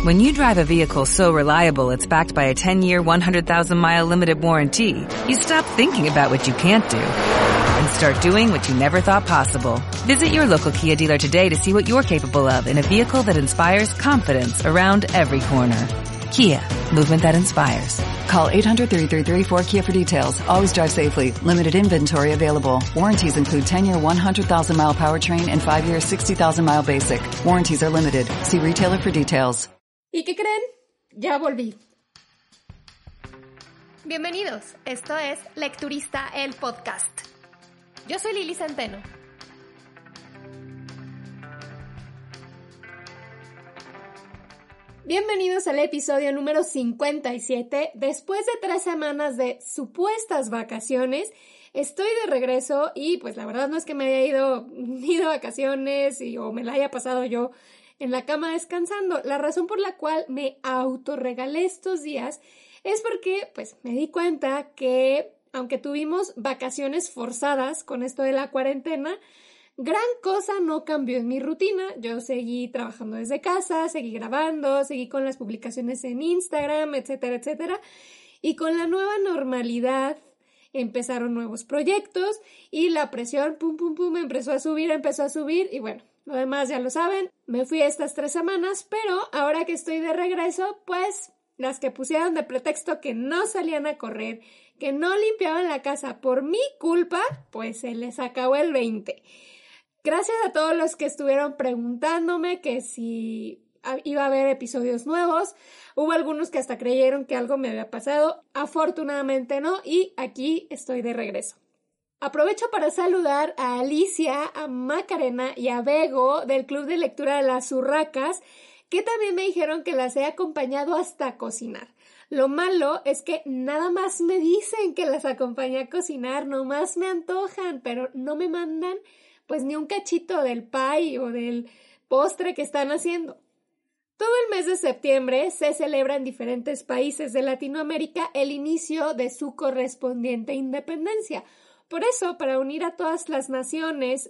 When you drive a vehicle so reliable it's backed by a 10-year, 100,000-mile limited warranty, you stop thinking about what you can't do and start doing what you never thought possible. Visit your local Kia dealer today to see what you're capable of in a vehicle that inspires confidence around every corner. Kia, movement that inspires. Call 800-333-4KIA for details. Always drive safely. Limited inventory available. Warranties include 10-year 100,000-mile powertrain and 5-year 60,000-mile basic. Warranties are limited. See retailer for details. ¿Y qué creen? Ya volví. Bienvenidos, esto es Lecturista, el podcast. Yo soy Lili Centeno. Bienvenidos al episodio número 57. Después de 3 semanas de supuestas vacaciones, estoy de regreso y pues la verdad no es que me haya ido de vacaciones o me la haya pasado yo en la cama descansando. La razón por la cual me autorregalé estos días es porque pues me di cuenta que aunque tuvimos vacaciones forzadas con esto de la cuarentena, gran cosa no cambió en mi rutina. Yo seguí trabajando desde casa, seguí grabando, seguí con las publicaciones en Instagram, etcétera, etcétera. Y con la nueva normalidad empezaron nuevos proyectos y la presión, empezó a subir y bueno, lo demás ya lo saben. Me fui estas 3 semanas, pero ahora que estoy de regreso, pues las que pusieron de pretexto que no salían a correr, que no limpiaban la casa por mi culpa, pues se les acabó el 20. Gracias a todos los que estuvieron preguntándome que si iba a haber episodios nuevos. Hubo algunos que hasta creyeron que algo me había pasado. Afortunadamente no, y aquí estoy de regreso. Aprovecho para saludar a Alicia, a Macarena y a Bego del Club de Lectura de las Urracas, que también me dijeron que las he acompañado hasta a cocinar. Lo malo es que nada más me dicen que las acompañé a cocinar, nomás me antojan, pero no me mandan pues ni un cachito del pie o del postre que están haciendo. Todo el mes de septiembre se celebra en diferentes países de Latinoamérica el inicio de su correspondiente independencia. Por eso, para unir a todas las naciones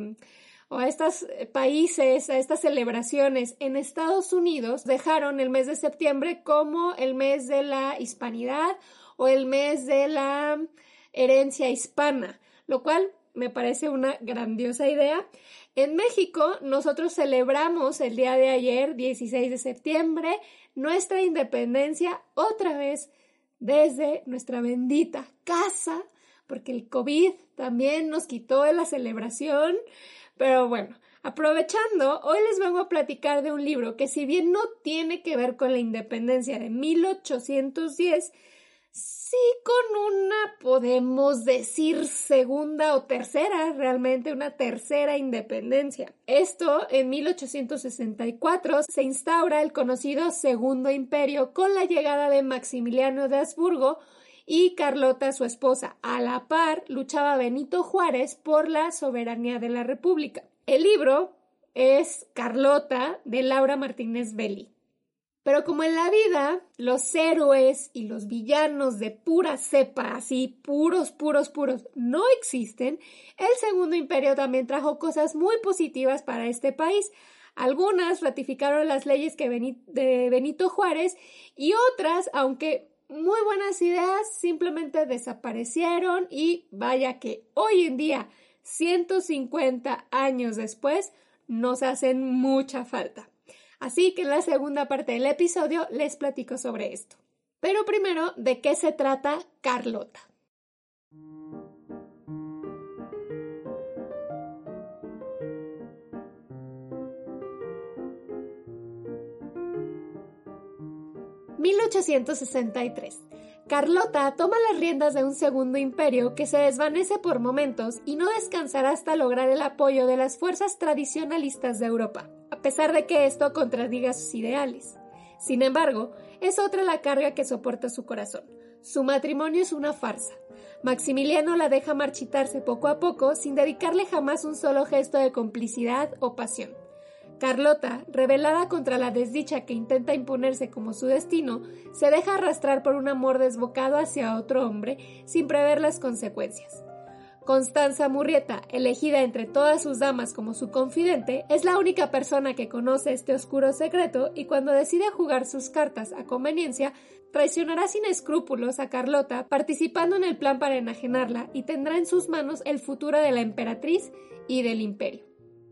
o a estos países, a estas celebraciones en Estados Unidos, dejaron el mes de septiembre como el mes de la hispanidad o el mes de la herencia hispana, lo cual me parece una grandiosa idea. En México, nosotros celebramos el día de ayer, 16 de septiembre, nuestra independencia otra vez desde nuestra bendita casa, porque el COVID también nos quitó de la celebración. Pero bueno, aprovechando, hoy les vengo a platicar de un libro que si bien no tiene que ver con la independencia de 1810, sí con una, podemos decir, segunda o tercera, realmente una tercera independencia. Esto, en 1864, se instaura el conocido Segundo Imperio con la llegada de Maximiliano de Habsburgo y Carlota, su esposa. A la par, luchaba Benito Juárez por la soberanía de la República. El libro es Carlota, de Laura Martínez Belli. Pero como en la vida, los héroes y los villanos de pura cepa, así puros, no existen, el Segundo Imperio también trajo cosas muy positivas para este país. Algunas ratificaron las leyes de Benito Juárez y otras, aunque muy buenas ideas, simplemente desaparecieron y vaya que hoy en día, 150 años después, nos hacen mucha falta. Así que en la segunda parte del episodio les platico sobre esto. Pero primero, ¿de qué se trata Carlota? ...1863... Carlota toma las riendas de un segundo imperio que se desvanece por momentos y no descansará hasta lograr el apoyo de las fuerzas tradicionalistas de Europa, a pesar de que esto contradiga sus ideales. Sin embargo, es otra la carga que soporta su corazón. Su matrimonio es una farsa. Maximiliano la deja marchitarse poco a poco sin dedicarle jamás un solo gesto de complicidad o pasión. Carlota, rebelada contra la desdicha que intenta imponerse como su destino, se deja arrastrar por un amor desbocado hacia otro hombre sin prever las consecuencias. Constanza Murrieta, elegida entre todas sus damas como su confidente, es la única persona que conoce este oscuro secreto y cuando decide jugar sus cartas a conveniencia, traicionará sin escrúpulos a Carlota participando en el plan para enajenarla y tendrá en sus manos el futuro de la emperatriz y del imperio.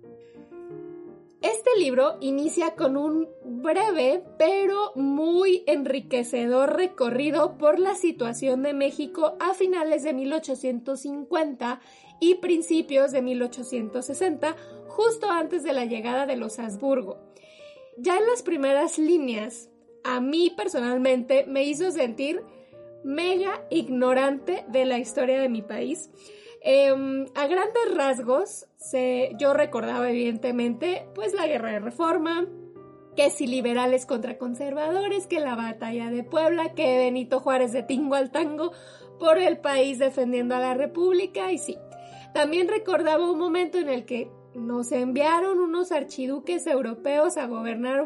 Este libro inicia con un breve pero muy enriquecedor recorrido por la situación de México a finales de 1850 y principios de 1860, justo antes de la llegada de los Habsburgo. Ya en las primeras líneas, a mí personalmente me hizo sentir mega ignorante de la historia de mi país. A grandes rasgos, yo recordaba evidentemente pues la Guerra de Reforma, que si liberales contra conservadores, que la batalla de Puebla, que Benito Juárez de tingo al tango por el país defendiendo a la República, y sí, también recordaba un momento en el que nos enviaron unos archiduques europeos a gobernar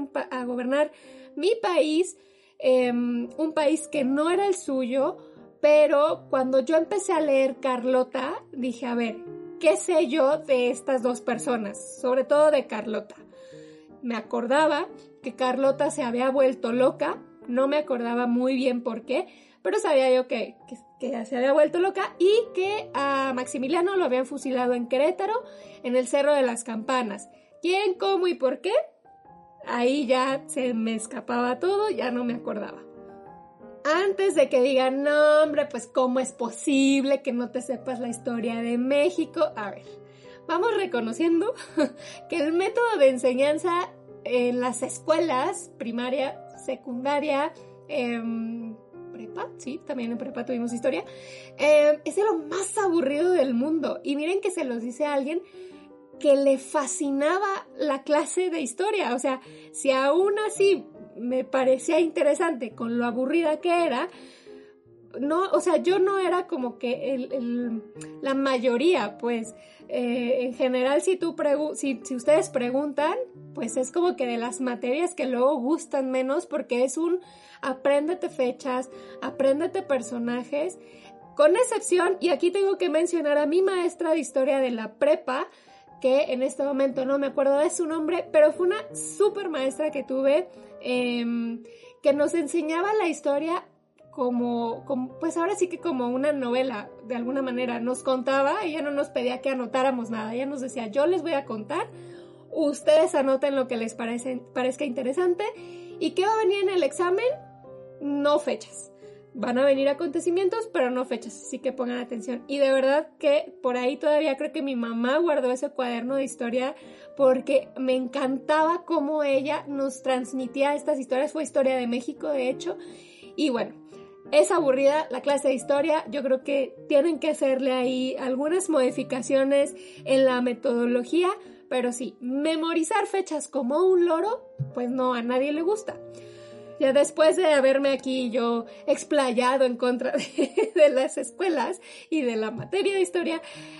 mi país, un país que no era el suyo. Pero cuando yo empecé a leer Carlota, dije, a ver, ¿qué sé yo de estas dos personas? Sobre todo de Carlota. Me acordaba que Carlota se había vuelto loca, no me acordaba muy bien por qué, pero sabía yo que se había vuelto loca y que a Maximiliano lo habían fusilado en Querétaro, en el Cerro de las Campanas. ¿Quién, cómo y por qué? Ahí ya se me escapaba todo, ya no me acordaba. Antes de que digan, no hombre, pues ¿cómo es posible que no te sepas la historia de México? A ver, vamos reconociendo que el método de enseñanza en las escuelas, primaria, secundaria, prepa, sí, también en prepa tuvimos historia, es de lo más aburrido del mundo. Y miren que se los dice a alguien que le fascinaba la clase de historia. O sea, si aún así me parecía interesante con lo aburrida que era, no, o sea, yo no era como que la mayoría, pues, en general si ustedes preguntan, pues es como que de las materias que luego gustan menos porque es apréndete fechas, apréndete personajes, con excepción, y aquí tengo que mencionar a mi maestra de historia de la prepa, que en este momento no me acuerdo de su nombre, pero fue una súper maestra que tuve, que nos enseñaba la historia como, pues ahora sí que como una novela, de alguna manera. Nos contaba, ella no nos pedía que anotáramos nada, ella nos decía, yo les voy a contar, ustedes anoten lo que les parezca interesante, ¿y qué va a venir en el examen? No fechas. Van a venir acontecimientos, pero no fechas, así que pongan atención. Y de verdad que por ahí todavía creo que mi mamá guardó ese cuaderno de historia porque me encantaba cómo ella nos transmitía estas historias. Fue historia de México, de hecho. Y bueno, es aburrida la clase de historia. Yo creo que tienen que hacerle ahí algunas modificaciones en la metodología, pero sí, memorizar fechas como un loro, pues no, a nadie le gusta. Ya después de haberme aquí yo explayado en contra de las escuelas y de la materia de historia,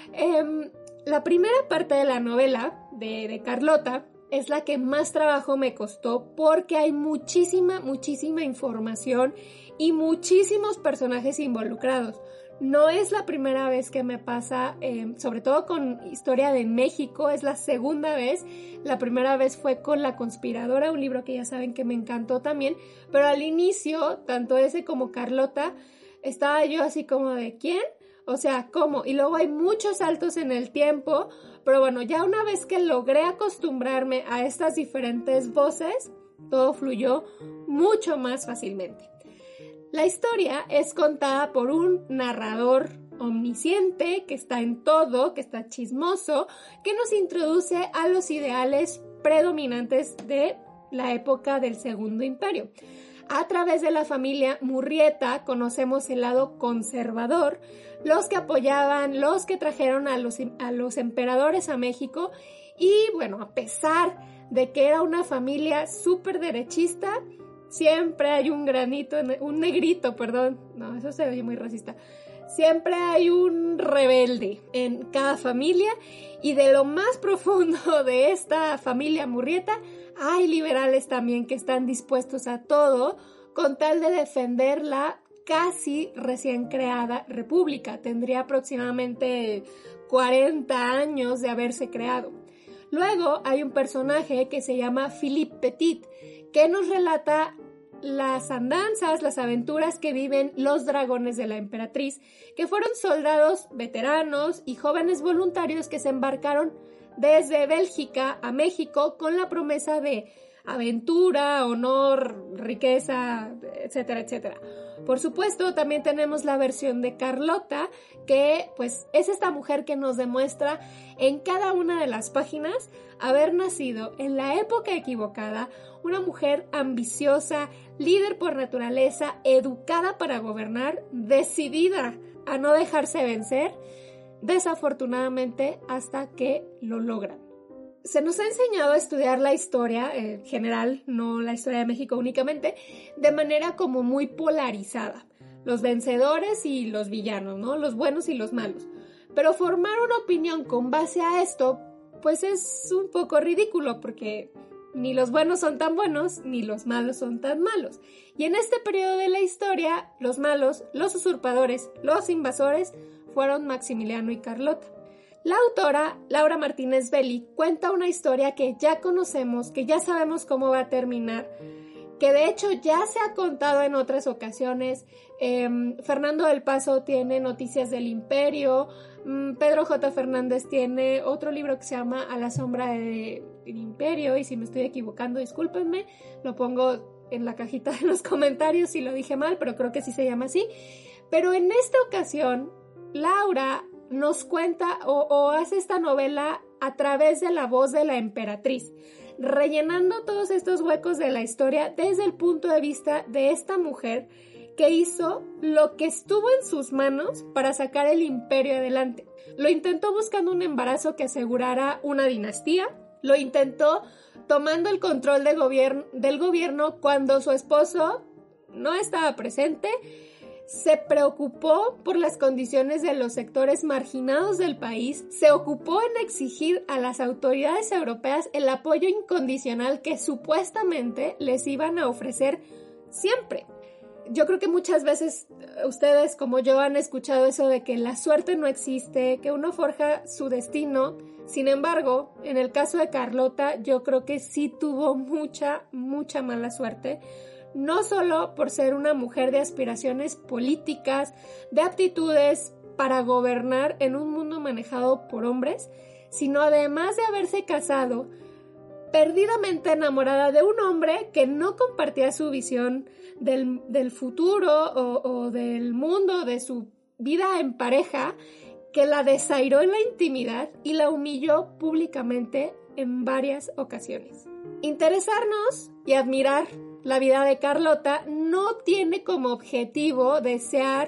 la primera parte de la novela de Carlota es la que más trabajo me costó porque hay muchísima información y muchísimos personajes involucrados. No es la primera vez que me pasa, sobre todo con historia de México, es la segunda vez. La primera vez fue con La Conspiradora, un libro que ya saben que me encantó también, pero al inicio, tanto ese como Carlota, estaba yo así como de ¿quién? O sea, ¿cómo? Y luego hay muchos saltos en el tiempo, pero bueno, ya una vez que logré acostumbrarme a estas diferentes voces, todo fluyó mucho más fácilmente. La historia es contada por un narrador omnisciente que está en todo, que está chismoso, que nos introduce a los ideales predominantes de la época del Segundo Imperio. A través de la familia Murrieta conocemos el lado conservador, los que apoyaban, los que trajeron a los emperadores a México y bueno, a pesar de que era una familia súper derechista, siempre hay un negrito, no, eso se oye muy racista. Siempre hay un rebelde en cada familia y de lo más profundo de esta familia Murrieta hay liberales también que están dispuestos a todo con tal de defender la casi recién creada república. Tendría aproximadamente 40 años de haberse creado. Luego hay un personaje que se llama Philippe Petit, que nos relata las andanzas, las aventuras que viven los dragones de la emperatriz, que fueron soldados veteranos y jóvenes voluntarios que se embarcaron desde Bélgica a México con la promesa de aventura, honor, riqueza, etcétera, etcétera. Por supuesto, también tenemos la versión de Carlota, que pues es esta mujer que nos demuestra en cada una de las páginas haber nacido en la época equivocada, una mujer ambiciosa, líder por naturaleza, educada para gobernar, decidida a no dejarse vencer, desafortunadamente hasta que lo logran. Se nos ha enseñado a estudiar la historia en general, no la historia de México únicamente, de manera como muy polarizada. Los vencedores y los villanos, ¿no? Los buenos y los malos. Pero formar una opinión con base a esto, pues es un poco ridículo porque ni los buenos son tan buenos, ni los malos son tan malos. Y en este periodo de la historia, los malos, los usurpadores, los invasores, fueron Maximiliano y Carlota. La autora, Laura Martínez Belli, cuenta una historia que ya conocemos, que ya sabemos cómo va a terminar, que de hecho ya se ha contado en otras ocasiones. Fernando del Paso tiene Noticias del Imperio, Pedro J. Fernández tiene otro libro que se llama A la sombra del Imperio, y si me estoy equivocando, discúlpenme, lo pongo en la cajita de los comentarios si lo dije mal, pero creo que sí se llama así. Pero en esta ocasión, Laura nos cuenta o hace esta novela a través de la voz de la emperatriz, rellenando todos estos huecos de la historia desde el punto de vista de esta mujer que hizo lo que estuvo en sus manos para sacar el imperio adelante. Lo intentó buscando un embarazo que asegurara una dinastía, lo intentó tomando el control del gobierno cuando su esposo no estaba presente. Se preocupó por las condiciones de los sectores marginados del país, se ocupó en exigir a las autoridades europeas el apoyo incondicional que supuestamente les iban a ofrecer siempre. Yo creo que muchas veces ustedes, como yo, han escuchado eso de que la suerte no existe, que uno forja su destino. Sin embargo, en el caso de Carlota, yo creo que sí tuvo mucha mala suerte. No solo por ser una mujer de aspiraciones políticas, de aptitudes para gobernar en un mundo manejado por hombres, sino además de haberse casado perdidamente enamorada de un hombre que no compartía su visión del futuro o del mundo, de su vida en pareja, que la desairó en la intimidad y la humilló públicamente en varias ocasiones. Interesarnos y admirar la vida de Carlota no tiene como objetivo desear,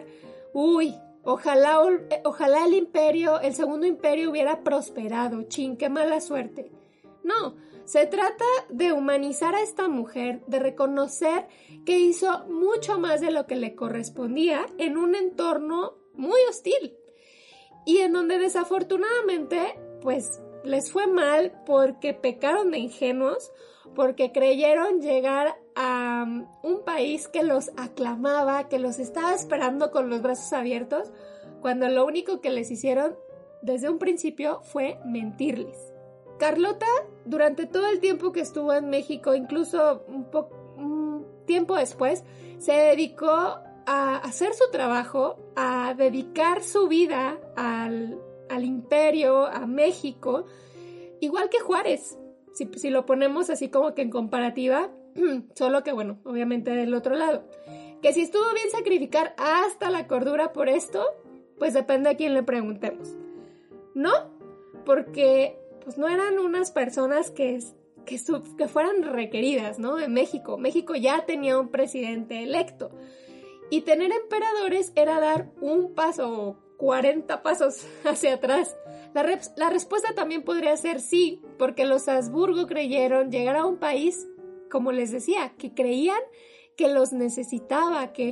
ojalá el imperio, el segundo imperio hubiera prosperado, qué mala suerte. No, se trata de humanizar a esta mujer, de reconocer que hizo mucho más de lo que le correspondía en un entorno muy hostil y en donde desafortunadamente, pues, les fue mal porque pecaron de ingenuos, porque creyeron llegar a un país que los aclamaba, que los estaba esperando con los brazos abiertos, cuando lo único que les hicieron desde un principio fue mentirles. Carlota, durante todo el tiempo que estuvo en México, incluso un tiempo después, se dedicó a hacer su trabajo, a dedicar su vida al imperio, a México, igual que Juárez, si lo ponemos así como que en comparativa, solo que bueno, obviamente del otro lado. Que si estuvo bien sacrificar hasta la cordura por esto, pues depende a quién le preguntemos. No, porque pues no eran unas personas que fueran requeridas, ¿no? De México. México ya tenía un presidente electo. Y tener emperadores era dar un paso o 40 pasos hacia atrás. La respuesta también podría ser sí, porque los Habsburgo creyeron llegar a un país, como les decía, que creían que los necesitaba, que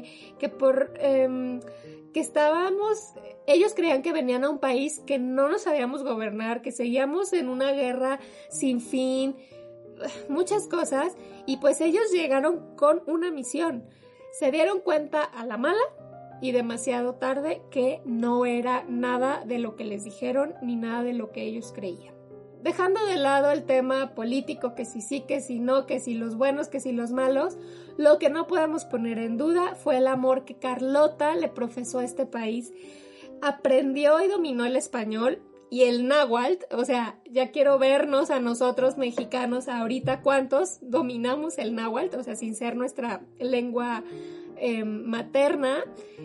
estábamos, ellos creían que venían a un país que no nos sabíamos gobernar, que seguíamos en una guerra sin fin, muchas cosas, y pues ellos llegaron con una misión. se dieron cuenta a la mala y demasiado tarde que no era nada de lo que les dijeron ni nada de lo que ellos creían. Dejando de lado el tema político, que si sí, que si no, que si los buenos, que si los malos, lo que no podemos poner en duda fue el amor que Carlota le profesó a este país. Aprendió y dominó el español y el náhuatl, o sea, ya quiero vernos a nosotros mexicanos ahorita cuántos dominamos el náhuatl, o sea, sin ser nuestra lengua materna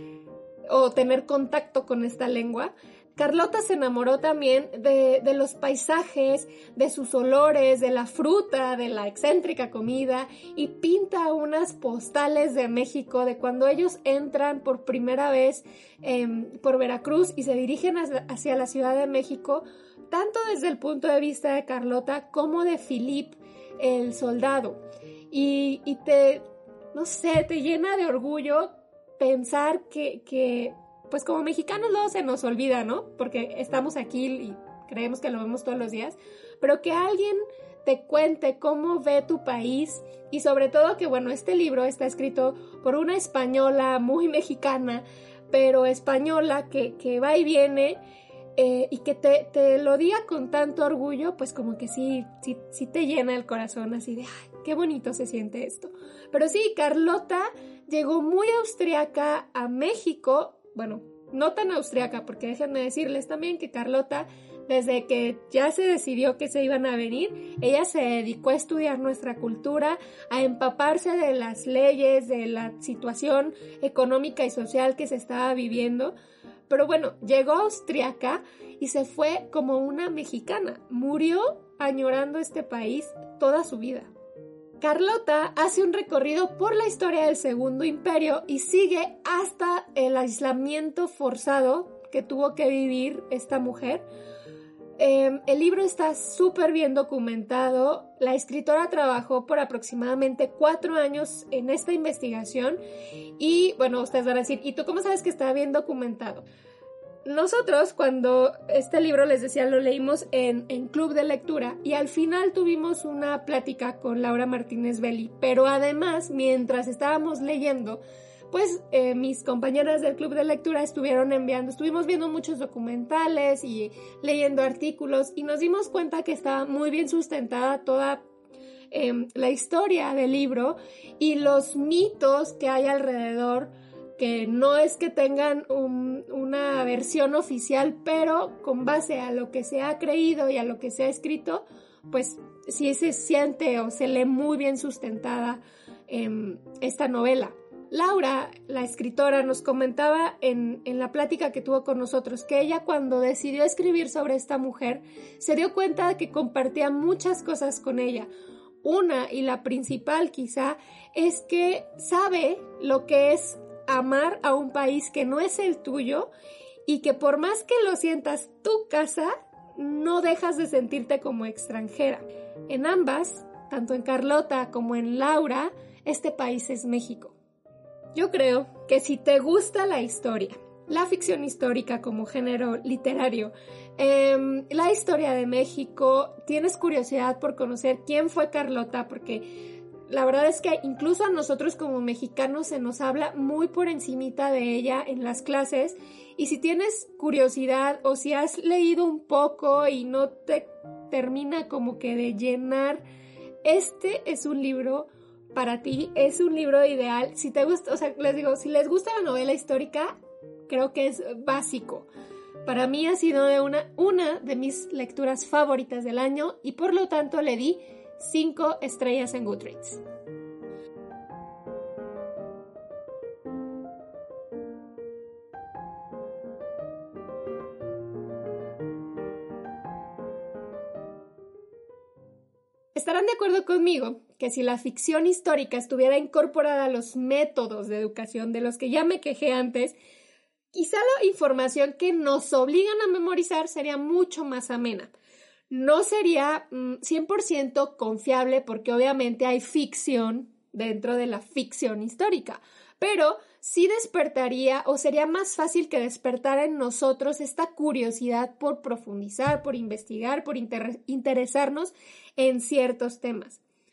o tener contacto con esta lengua. Carlota se enamoró también de los paisajes, de sus olores, de la fruta, de la excéntrica comida y pinta unas postales de México de cuando ellos entran por primera vez por Veracruz y se dirigen hacia la Ciudad de México, tanto desde el punto de vista de Carlota como de Philippe, el soldado. Y no sé, te llena de orgullo pensar que pues como mexicanos luego se nos olvida, ¿no? Porque estamos aquí y creemos que lo vemos todos los días, pero que alguien te cuente cómo ve tu país y sobre todo que, bueno, este libro está escrito por una española muy mexicana, pero española que va y viene y que te lo diga con tanto orgullo, pues como que sí te llena el corazón así de, ay, qué bonito se siente esto. Pero sí, Carlota llegó muy austriaca a México. Bueno, no tan austriaca, porque déjenme decirles también que Carlota, desde que ya se decidió que se iban a venir, ella se dedicó a estudiar nuestra cultura, a empaparse de las leyes, de la situación económica y social que se estaba viviendo. Pero bueno, llegó austriaca y se fue como una mexicana. Murió añorando este país toda su vida. Carlota hace un recorrido por la historia del Segundo Imperio y sigue hasta el aislamiento forzado que tuvo que vivir esta mujer. El libro está súper bien documentado. La escritora trabajó por aproximadamente 4 años en esta investigación y, bueno, ustedes van a decir, ¿y tú cómo sabes que está bien documentado? Nosotros, cuando este libro, les decía, lo leímos en club de lectura y al final tuvimos una plática con Laura Martínez Belli, pero además, mientras estábamos leyendo, pues mis compañeras del club de lectura estuvimos viendo muchos documentales y leyendo artículos y nos dimos cuenta que estaba muy bien sustentada toda la historia del libro y los mitos que hay alrededor, que no es que tengan una versión oficial, pero con base a lo que se ha creído y a lo que se ha escrito, pues sí se siente o se lee muy bien sustentada esta novela. Laura, la escritora, nos comentaba en la plática que tuvo con nosotros que ella, cuando decidió escribir sobre esta mujer, se dio cuenta de que compartía muchas cosas con ella. Una, y la principal quizá, es que sabe lo que es amar a un país que no es el tuyo y que por más que lo sientas tu casa, no dejas de sentirte como extranjera. En ambas, tanto en Carlota como en Laura, este país es México. Yo creo que si te gusta la historia, la ficción histórica como género literario, la historia de México, tienes curiosidad por conocer quién fue Carlota, porque la verdad es que incluso a nosotros como mexicanos se nos habla muy por encimita de ella en las clases, y si tienes curiosidad o si has leído un poco y no te termina como que de llenar, este es un libro para ti, es un libro ideal. Si te gusta, o sea, les digo, si les gusta la novela histórica, creo que es básico. Para mí ha sido una de mis lecturas favoritas del año y por lo tanto le di 5 estrellas en Goodreads. Estarán de acuerdo conmigo que si la ficción histórica estuviera incorporada a los métodos de educación de los que ya me quejé antes, quizá la información que nos obligan a memorizar sería mucho más amena. No sería 100% confiable porque obviamente hay ficción dentro de la ficción histórica, pero sí despertaría o sería más fácil que despertara en nosotros esta curiosidad por profundizar, por investigar, por interesarnos en ciertos temas.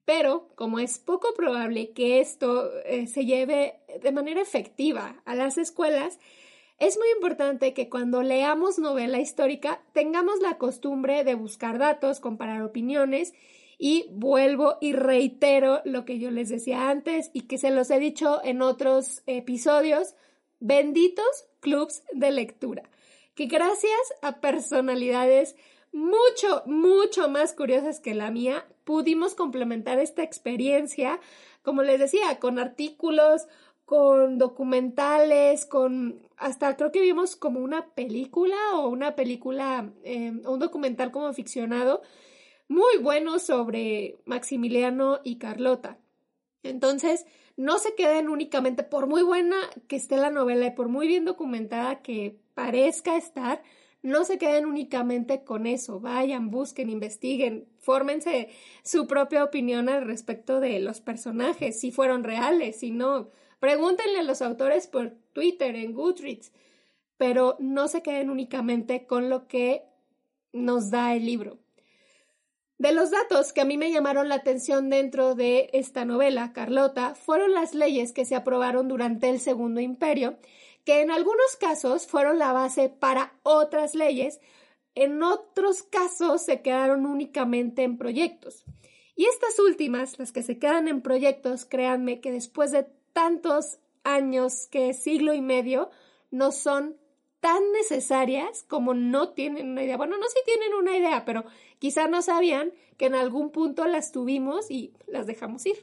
Pero como es poco probable que esto se lleve de manera efectiva a las escuelas, es muy importante que cuando leamos novela histórica tengamos la costumbre de buscar datos, comparar opiniones y vuelvo y reitero lo que yo les decía antes y que se los he dicho en otros episodios, benditos clubs de lectura, que gracias a personalidades mucho más curiosas que la mía, pudimos complementar esta experiencia, como les decía, con artículos, con documentales, con hasta creo que vimos como una película o un documental como ficcionado muy bueno sobre Maximiliano y Carlota. Entonces, no se queden únicamente, por muy buena que esté la novela y por muy bien documentada que parezca estar, no se queden únicamente con eso. Vayan, busquen, investiguen, fórmense su propia opinión al respecto de los personajes, si fueron reales, si no. Pregúntenle a los autores por Twitter, en Goodreads, pero no se queden únicamente con lo que nos da el libro. De los datos que a mí me llamaron la atención dentro de esta novela, Carlota, fueron las leyes que se aprobaron durante el Segundo Imperio, que en algunos casos fueron la base para otras leyes, en otros casos se quedaron únicamente en proyectos. Y estas últimas, las que se quedan en proyectos, créanme que después de tantos años, que siglo y medio, no son tan necesarias como no tienen una idea. Bueno, no si tienen una idea, pero quizá no sabían que en algún punto las tuvimos y las dejamos ir.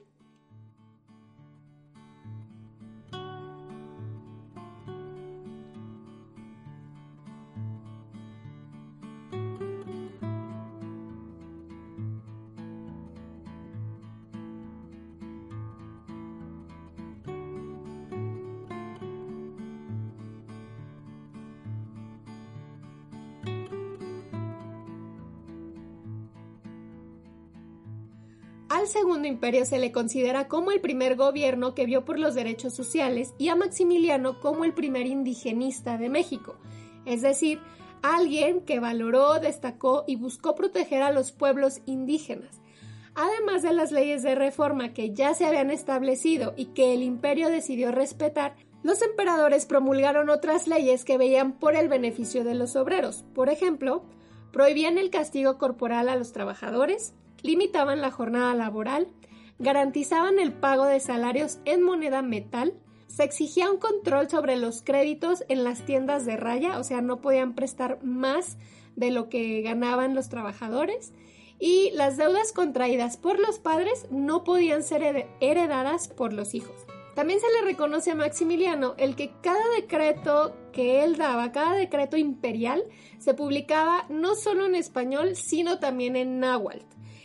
Al Segundo Imperio se le considera como el primer gobierno que vio por los derechos sociales y a Maximiliano como el primer indigenista de México, es decir, alguien que valoró, destacó y buscó proteger a los pueblos indígenas. Además de las leyes de reforma que ya se habían establecido y que el imperio decidió respetar, los emperadores promulgaron otras leyes que veían por el beneficio de los obreros. Por ejemplo, prohibían el castigo corporal a los trabajadores, limitaban la jornada laboral, garantizaban el pago de salarios en moneda metal, se exigía un control sobre los créditos en las tiendas de raya, o sea, no podían prestar más de lo que ganaban los trabajadores, y las deudas contraídas por los padres no podían ser heredadas por los hijos. También se le reconoce a Maximiliano el que cada decreto que él daba, cada decreto imperial, se publicaba no solo en español, sino también en náhuatl.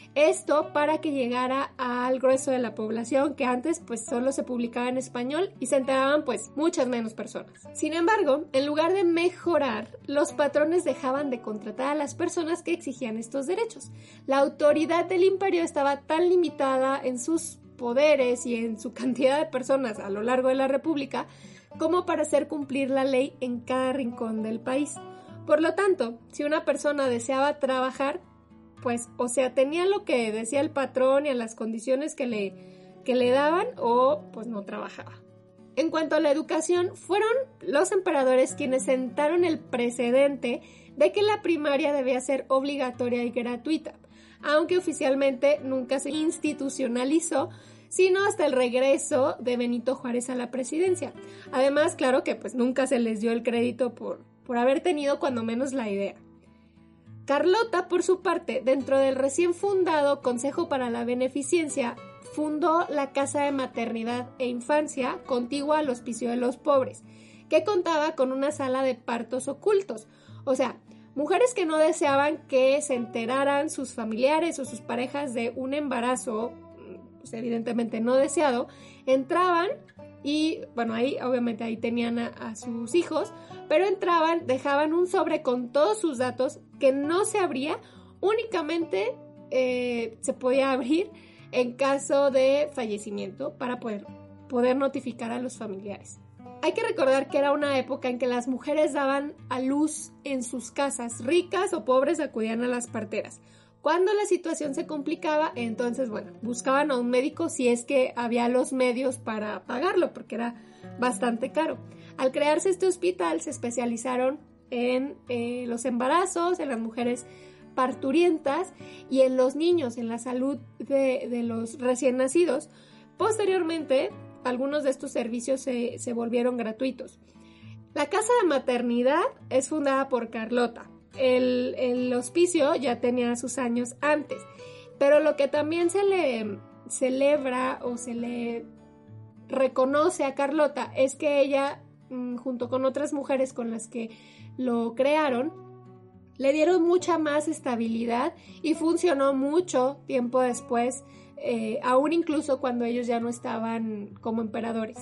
Esto para que llegara al grueso de la población, que antes pues solo se publicaba en español y se enteraban pues muchas menos personas. Sin embargo, en lugar de mejorar, los patrones dejaban de contratar a las personas que exigían estos derechos. La autoridad del imperio estaba tan limitada en sus poderes y en su cantidad de personas a lo largo de la república como para hacer cumplir la ley en cada rincón del país. Por lo tanto, si una persona deseaba trabajar, pues o sea tenía lo que decía el patrón y a las condiciones que le daban o pues no trabajaba. En cuanto a la educación, fueron los emperadores quienes sentaron el precedente de que la primaria debía ser obligatoria y gratuita, aunque oficialmente nunca se institucionalizó, sino hasta el regreso de Benito Juárez a la presidencia. Además, claro que pues nunca se les dio el crédito por haber tenido cuando menos la idea. Carlota, por su parte, dentro del recién fundado Consejo para la Beneficencia, fundó la Casa de Maternidad e Infancia contigua al Hospicio de los Pobres, que contaba con una sala de partos ocultos. O sea, mujeres que no deseaban que se enteraran sus familiares o sus parejas de un embarazo, pues evidentemente no deseado, entraban y, bueno, ahí obviamente ahí tenían a sus hijos, pero entraban, dejaban un sobre con todos sus datos que no se abría, únicamente se podía abrir en caso de fallecimiento para poder notificar a los familiares. Hay que recordar que era una época en que las mujeres daban a luz en sus casas, ricas o pobres acudían a las parteras. Cuando la situación se complicaba, entonces, bueno, buscaban a un médico si es que había los medios para pagarlo, porque era bastante caro. Al crearse este hospital, se especializaron en los embarazos, en las mujeres parturientas y en los niños, en la salud de los recién nacidos. Posteriormente, algunos de estos servicios se volvieron gratuitos. La casa de maternidad es fundada por Carlota. El hospicio ya tenía sus años antes, pero lo que también se le celebra o se le reconoce a Carlota es que ella, junto con otras mujeres con las que lo crearon, le dieron mucha más estabilidad y funcionó mucho tiempo después, aún incluso cuando ellos ya no estaban como emperadores.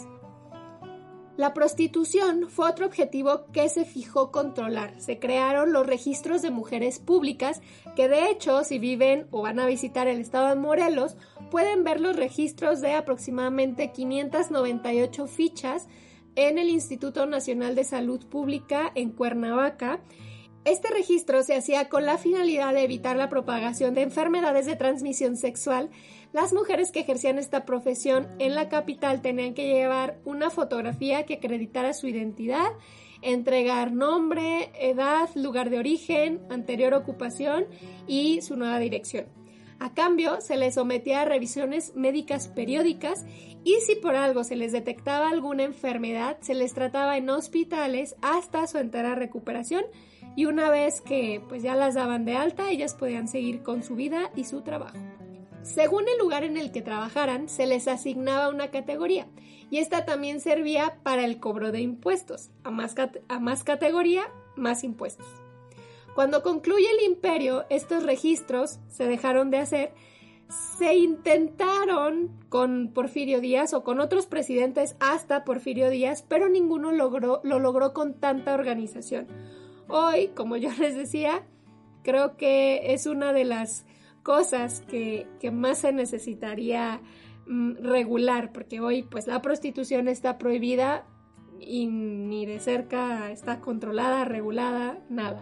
La prostitución fue otro objetivo que se fijó controlar. Se crearon los registros de mujeres públicas, que de hecho, si viven o van a visitar el estado de Morelos, pueden ver los registros de aproximadamente 598 fichas en el Instituto Nacional de Salud Pública en Cuernavaca. Este registro se hacía con la finalidad de evitar la propagación de enfermedades de transmisión sexual. Las mujeres que ejercían esta profesión en la capital tenían que llevar una fotografía que acreditara su identidad, entregar nombre, edad, lugar de origen, anterior ocupación y su nueva dirección. A cambio, se les sometía a revisiones médicas periódicas y si por algo se les detectaba alguna enfermedad, se les trataba en hospitales hasta su entera recuperación y una vez que pues ya las daban de alta, ellas podían seguir con su vida y su trabajo. Según el lugar en el que trabajaran, se les asignaba una categoría y esta también servía para el cobro de impuestos. A más categoría, más impuestos. Cuando concluye el imperio, estos registros se dejaron de hacer. Se intentaron con Porfirio Díaz o con otros presidentes hasta Porfirio Díaz, pero ninguno lo logró con tanta organización. Hoy, como yo les decía, creo que es una de las cosas que más se necesitaría regular, porque hoy pues la prostitución está prohibida y ni de cerca está controlada, regulada, nada.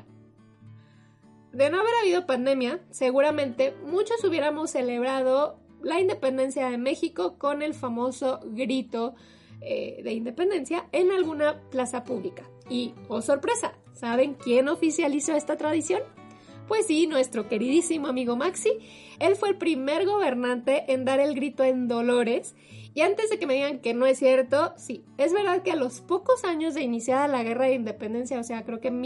De no haber habido pandemia, seguramente muchos hubiéramos celebrado la independencia de México con el famoso grito de independencia en alguna plaza pública. Y, oh sorpresa, ¿saben quién oficializó esta tradición? Pues sí, nuestro queridísimo amigo Maxi. Él fue el primer gobernante en dar el grito en Dolores. Y antes de que me digan que no es cierto, sí, es verdad que a los pocos años de iniciada la Guerra de Independencia, o sea, creo que en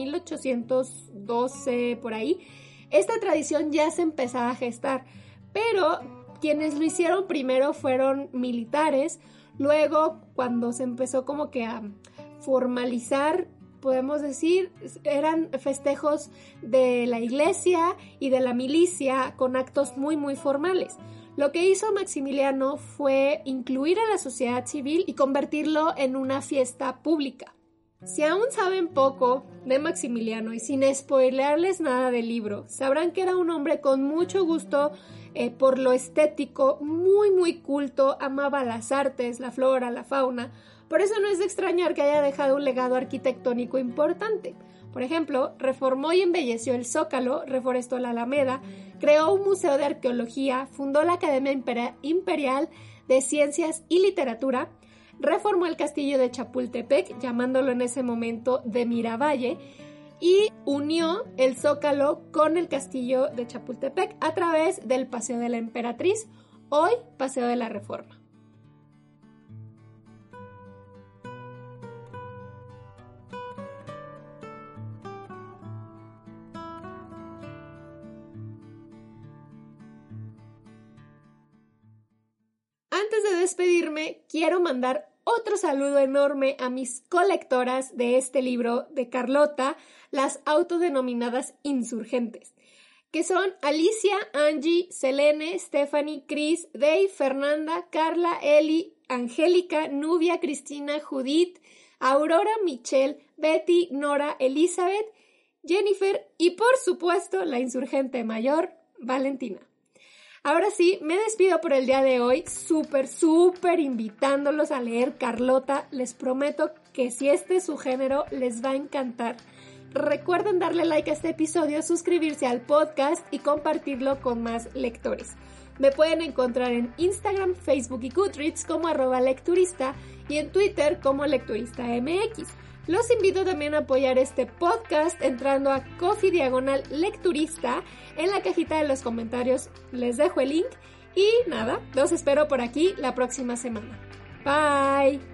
1812 por ahí, esta tradición ya se empezaba a gestar. Pero quienes lo hicieron primero fueron militares. Luego, cuando se empezó como que a formalizar, podemos decir, eran festejos de la iglesia y de la milicia con actos muy muy formales. Lo que hizo Maximiliano fue incluir a la sociedad civil y convertirlo en una fiesta pública. Si aún saben poco de Maximiliano y sin spoilearles nada del libro, sabrán que era un hombre con mucho gusto por lo estético, muy muy culto, amaba las artes, la flora, la fauna. Por eso no es de extrañar que haya dejado un legado arquitectónico importante. Por ejemplo, reformó y embelleció el Zócalo, reforestó la Alameda, creó un museo de arqueología, fundó la Academia Imperial de Ciencias y Literatura, reformó el castillo de Chapultepec, llamándolo en ese momento de Miravalle, y unió el Zócalo con el castillo de Chapultepec a través del Paseo de la Emperatriz, hoy Paseo de la Reforma. Antes de despedirme, quiero mandar otro saludo enorme a mis colectoras de este libro de Carlota, las autodenominadas insurgentes, que son Alicia, Angie, Selene, Stephanie, Cris, Dave, Fernanda, Carla, Eli, Angélica, Nubia, Cristina, Judith, Aurora, Michelle, Betty, Nora, Elizabeth, Jennifer y por supuesto la insurgente mayor, Valentina. Ahora sí, me despido por el día de hoy, súper invitándolos a leer Carlota. Les prometo que si este es su género, les va a encantar. Recuerden darle like a este episodio, suscribirse al podcast y compartirlo con más lectores. Me pueden encontrar en Instagram, Facebook y Goodreads como @lecturista y en Twitter como lecturistamx. Los invito también a apoyar este podcast entrando a Coffee/lecturista. En la cajita de los comentarios les dejo el link. Y nada, los espero por aquí la próxima semana. Bye.